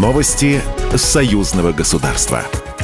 Новости союзного государства.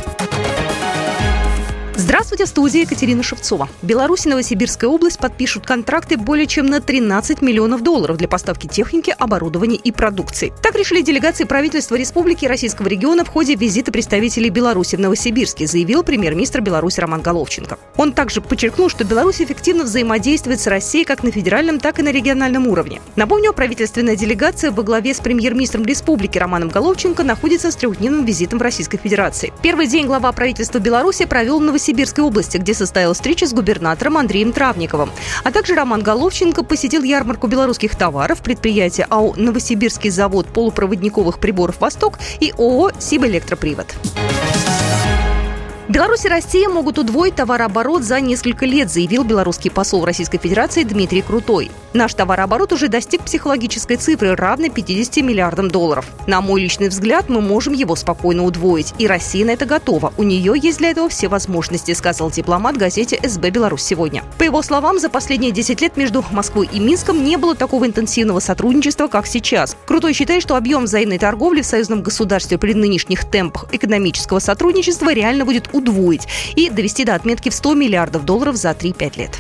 Здравствуйте, в студии Екатерина Шевцова. Беларусь и Новосибирская область подпишут контракты более чем на $13 миллионов для поставки техники, оборудования и продукции. Так решили делегации правительства республики и российского региона в ходе визита представителей Беларуси в Новосибирске, заявил премьер-министр Беларуси Роман Головченко. Он также подчеркнул, что Беларусь эффективно взаимодействует с Россией как на федеральном, так и на региональном уровне. Напомню, правительственная делегация во главе с премьер-министром республики Романом Головченко находится с трехдневным визитом в Российской Федерации. Первый день глава правительства Беларуси провел в Новосибирской области, где состоялась встреча с губернатором Андреем Травниковым. А также Роман Головченко посетил ярмарку белорусских товаров, предприятия АО «Новосибирский завод полупроводниковых приборов «Восток» и ООО «Сибэлектропривод». Беларусь и Россия могут удвоить товарооборот за несколько лет, заявил белорусский посол в Российской Федерации Дмитрий Крутой. Наш товарооборот уже достиг психологической цифры, равной $50 миллиардам. На мой личный взгляд, мы можем его спокойно удвоить. И Россия на это готова. У нее есть для этого все возможности, сказал дипломат газете СБ «Беларусь сегодня». По его словам, за последние 10 лет между Москвой и Минском не было такого интенсивного сотрудничества, как сейчас. Крутой считает, что объем взаимной торговли в союзном государстве при нынешних темпах экономического сотрудничества реально будет удвоить и довести до отметки в $100 миллиардов за 3-5 лет.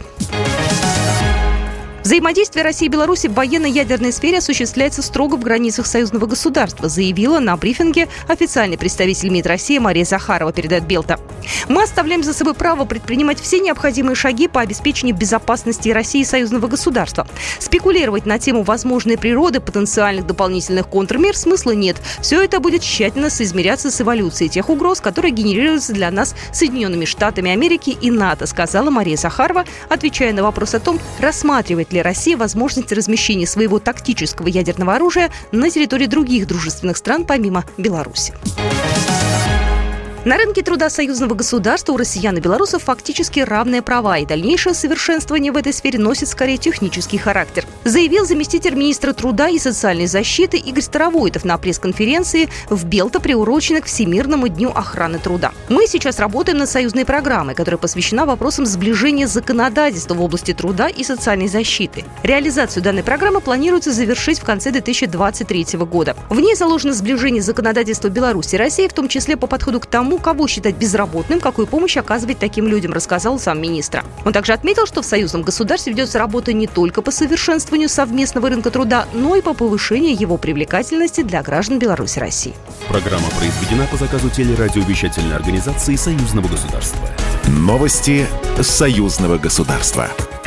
Взаимодействие России и Беларуси в военно-ядерной сфере осуществляется строго в границах союзного государства, заявила на брифинге официальный представитель МИД России Мария Захарова, передает Белта. Мы оставляем за собой право предпринимать все необходимые шаги по обеспечению безопасности России и союзного государства. Спекулировать на тему возможной природы потенциальных дополнительных контрмер смысла нет. Все это будет тщательно соизмеряться с эволюцией тех угроз, которые генерируются для нас Соединенными Штатами Америки и НАТО, сказала Мария Захарова, отвечая на вопрос о том, рассматривает ли Россия возможность размещения своего тактического ядерного оружия на территории других дружественных стран помимо Беларуси. На рынке труда союзного государства у россиян и белорусов фактически равные права, и дальнейшее совершенствование в этой сфере носит скорее технический характер, заявил заместитель министра труда и социальной защиты Игорь Старовойтов на пресс-конференции в Белта, приуроченной к Всемирному дню охраны труда. Мы сейчас работаем над союзной программой, которая посвящена вопросам сближения законодательства в области труда и социальной защиты. Реализацию данной программы планируется завершить в конце 2023 года. В ней заложено сближение законодательства Беларуси и России, в том числе по подходу к тому, кого считать безработным, какую помощь оказывать таким людям, рассказал сам министр. Он также отметил, что в союзном государстве ведется работа не только по совершенствованию совместного рынка труда, но и по повышению его привлекательности для граждан Беларуси и России. Программа произведена по заказу телерадиовещательной организации союзного государства. Новости союзного государства.